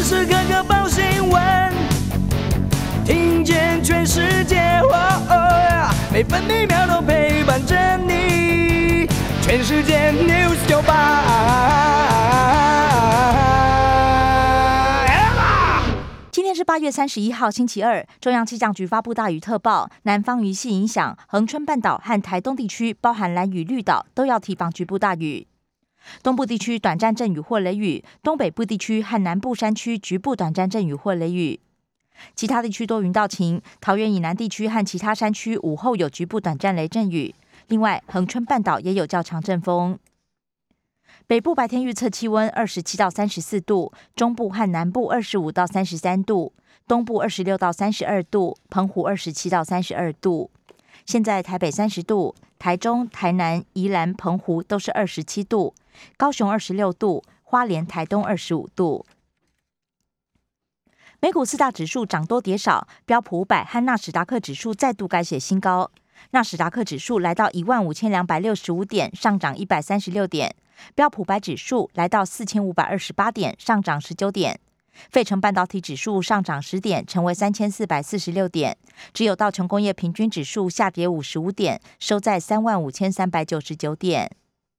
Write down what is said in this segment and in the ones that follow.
时刻刻报新闻，听见全世界，每分每秒都陪伴着你。全世界 News 98。 今天是8月31号，星期二。中央气象局发布大雨特报，南方雨系影响恒春半岛和台东地区，包含兰屿、绿岛，都要提防局部大雨。东部地区短暂阵雨或雷雨，东北部地区和南部山区局部短暂阵雨或雷雨。其他地区多云到晴，桃园以南地区和其他山区午后有局部短暂雷阵雨。另外，恒春半岛也有较强阵风。北部白天预测气温27到34度，中部和南部25到33度，东部26到32度，澎湖27到32度。现在台北30度，台中、台南、宜兰、澎湖都是27度，高雄26度，花莲、台东25度。美股四大指数涨多跌少，标普500和纳史达克指数再度改写新高。纳史达克指数来到15265点，上涨136点；标普500指数来到4528点，上涨19点；费城半导体指数上涨10点，成为3446点；只有道琼工业平均指数下跌55点，收在35399点。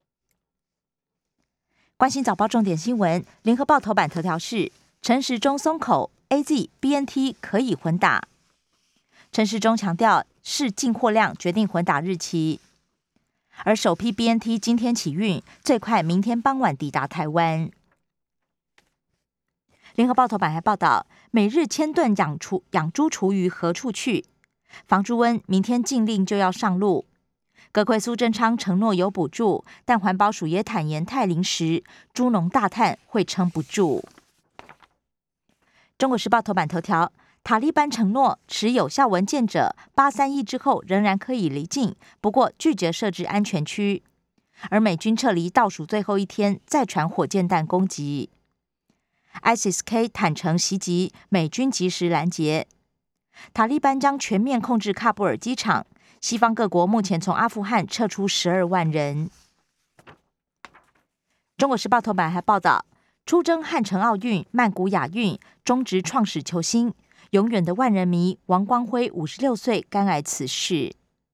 关心早报重点新闻，联合报头版头条是陈时中松口 AZ、BNT 可以混打。陈时中强调，视进货量决定混打日期。而首批 BNT 今天起运，最快明天傍晚抵达台湾。联合报头版还报道，每日1000吨养猪厨余何处去？防猪瘟明天禁令就要上路。阁揆苏贞昌承诺有补助，但环保署也坦言太临时，猪农大叹会撑不住。中国时报头版头条，塔利班承诺持有效文件者831之后仍然可以离境，不过拒绝设置安全区。而美军撤离倒数最后一天，再传火箭弹攻击。ISIS-K 坦诚袭击，美军及时拦截。塔利班将全面控制喀布尔机场，西方各国目前从阿富汗撤出12万人。中国时报头版还报道，出征汉城奥运、曼谷亚运，中职创始球星永远的万人迷王光辉56岁肝癌辞世。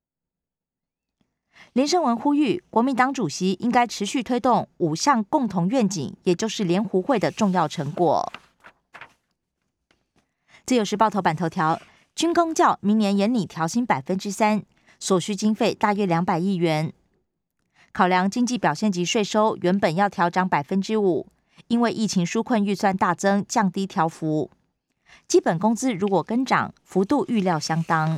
连胜文呼吁国民党主席应该持续推动5项共同愿景，也就是联湖会的重要成果。自由时报头版头条，军公教明年研拟调薪3%，所需经费大约200亿元。考量经济表现及税收，原本要调涨5%，因为疫情纾困预算大增，降低调幅。基本工资如果跟涨，幅度预料相当。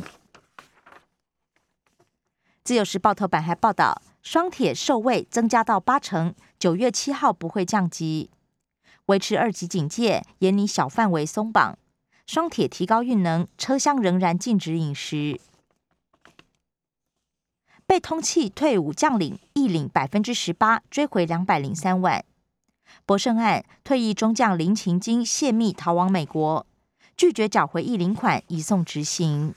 自由时报头版还报道，双铁受位增加到80%，9月7号不会降级，维持2级警戒，研拟小范围松绑。双铁提高运能，车厢仍然禁止饮食。被通缉退伍将领役领18%，追回203万。博胜案退役中将林勤经泄密逃往美国，拒绝缴回役领款，移送执行。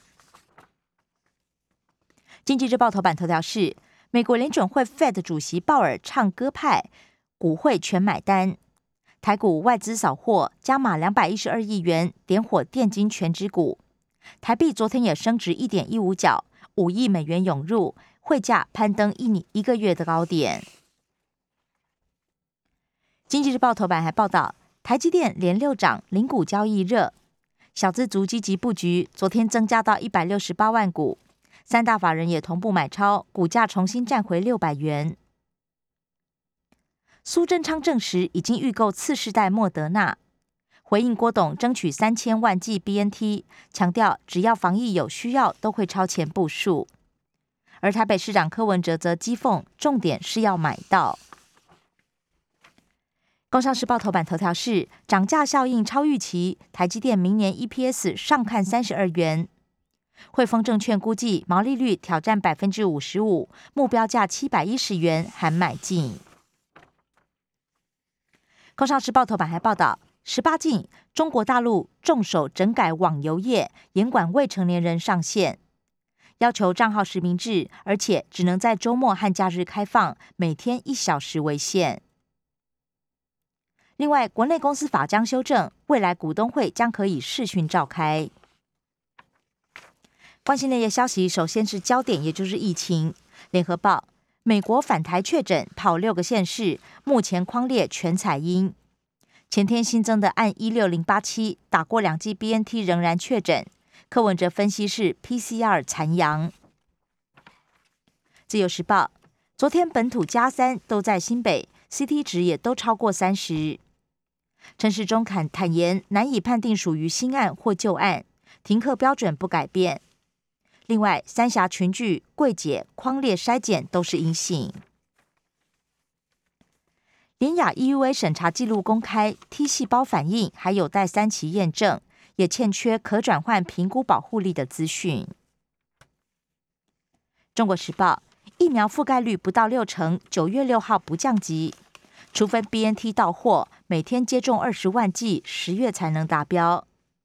经济日报头版头条是美国联准会 Fed 主席鲍尔唱鸽派，股汇全买单。台股外资扫货，加码212亿元，点火电金全指股。台币昨天也升值1.15角，5亿美元涌入，汇价攀登一个月的高点。经济日报头版还报道，台积电连6涨，零股交易热，小资族积极布局，昨天增加到168万股，三大法人也同步买超，股价重新站回600元。苏贞昌证实已经预购次世代莫德纳，回应郭董争取3000万剂 BNT， 强调只要防疫有需要，都会超前部署。而台北市长柯文哲则讥讽，重点是要买到。工商时报头版头条是涨价效应超预期，台积电明年 EPS 上看32元。汇丰证券估计毛利率挑战55%，目标价710元，含买进。工商时报头版还报道，18禁，中国大陆重手整改网游业，严管未成年人上线，要求账号实名制，而且只能在周末和假日开放，每天1小时为限。 另外，国内公司法将修正，未来股东会将可以视讯召开。关心内页消息，首先是焦点，也就是疫情。联合报：美国返台确诊跑6个县市，目前匡列全采阴。前天新增的案16087，打过2剂 BNT 仍然确诊。柯文哲分析是 PCR 残阳。自由时报：昨天本土+3都在新北 ，CT 值也都超过30。陈时中坦言难以判定属于新案或旧案，停课标准不改变。另外，三峡群聚、柜姐、匡列筛检都是阴性。联亚 EUA 审查记录公开 ，T 细胞反应还有待3期验证，也欠缺可转换评估保护力的资讯。中国时报：疫苗覆盖率不到60%，9月6号不降级。除非 BNT 到货，每天接种20万剂，10月才能达标。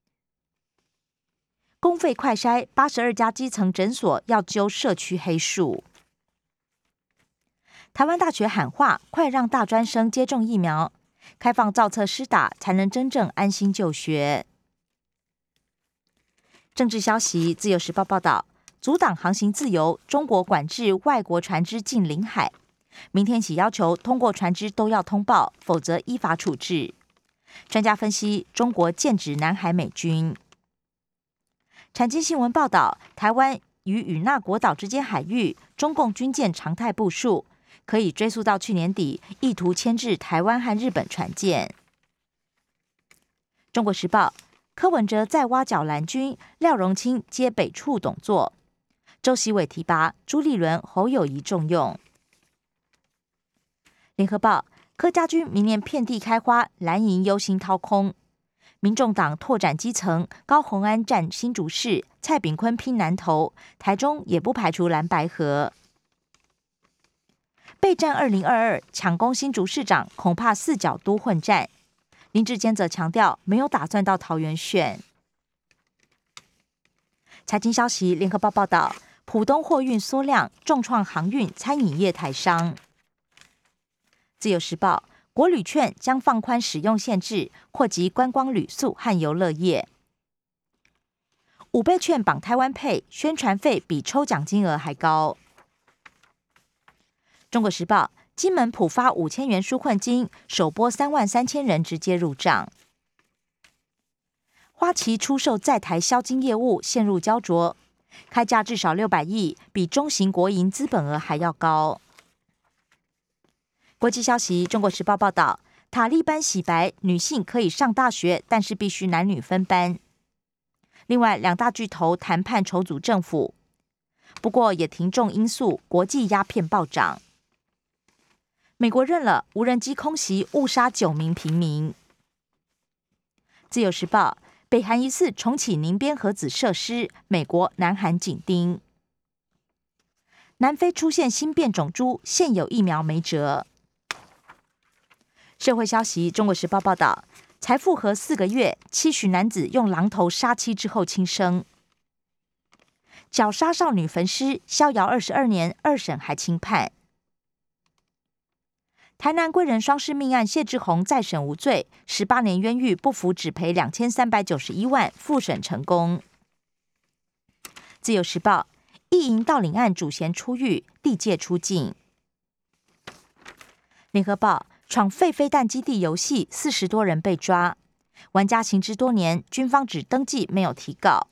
公费快筛，82家基层诊所要揪社区黑数。台湾大学喊话，快让大专生接种疫苗，开放造册施打，才能真正安心就学。政治消息，自由时报报道，阻挡航行自由，中国管制外国船只进领海。明天起要求通过船只都要通报，否则依法处置。专家分析，中国剑指南海美军。产经新闻报道，台湾与与那国岛之间海域，中共军舰常态部署，可以追溯到去年底，意图牵制台湾和日本船舰。中国时报：柯文哲再挖角蓝军，廖荣清接北处董座。周习伟提拔，朱立伦、侯友宜重用。联合报：柯家军明年遍地开花，蓝营忧心掏空。民众党拓展基层，高虹安占新竹市，蔡炳坤拼南投，台中也不排除蓝白合。备战2022，抢攻新竹市长，恐怕4角都混战。林智坚则强调，没有打算到桃园选。财经消息，联合报报道，浦东货运缩量，重创航运、餐饮业台商。自由时报：国旅券将放宽使用限制，扩及观光旅宿和游乐业。5倍券绑台湾配，宣传费比抽奖金额还高。中国时报：金门普发5000元纾困金，首拨33000人直接入账。花旗出售在台销金业务陷入焦灼，开价至少600亿，比中型国营资本额还要高。国际消息，中国时报报道，塔利班洗白，女性可以上大学，但是必须男女分班。另外，2大巨头谈判筹组政府，不过也停重因素，国际鸦片暴涨。美国认了无人机空袭误杀9名平民。自由时报：北韩疑似重启宁边核子设施，美国、南韩紧盯。南非出现新变种株，现有疫苗没辙。社会消息，中国时报报道，才复合4个月，期许男子用榔头杀妻之后轻生。绞杀少女焚尸，逍遥22年，2审还轻判。台南贵人双尸命案，谢志宏再审无罪，18年冤狱不服，只赔2391万，复审成功。自由时报：意淫盗领案主嫌出狱，地界出境。联合报：闯废飞弹基地游戏，40多人被抓，玩家行之多年，军方只登记没有提告。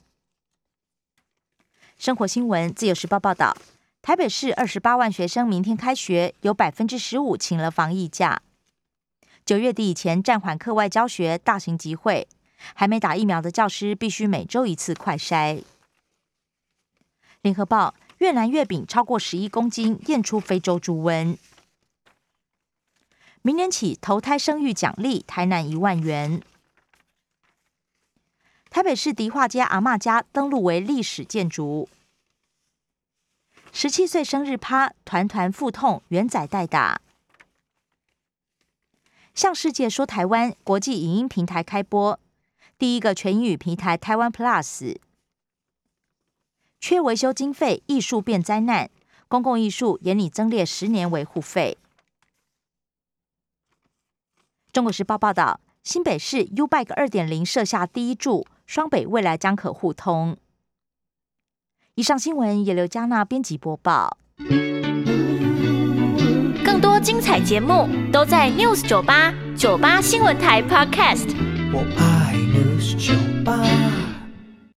生活新闻，自由时报报道，台北市28万学生明天开学，有15%请了防疫假。9月底以前暂缓课外教学、大型集会，还没打疫苗的教师必须每周1次快筛。联合报：越南月饼超过11公斤，验出非洲猪瘟。明年起投胎生育奖励，台南1万元。台北市迪化街阿嬷家登录为历史建筑。17岁生日趴，团团腹痛，元仔代打。向世界说台湾国际影音平台开播，第一个全英语平台台湾 Plus。缺维修经费，艺术变灾难，公共艺术严拟增列10年维护费。 中国时报报道，新北市 U-Bike 2.0 设下第一柱，双北未来将可互通。以上新闻由刘嘉娜编辑播报。 更多精彩节目都在 News 98 98新闻台 Podcast。 我爱 News 98。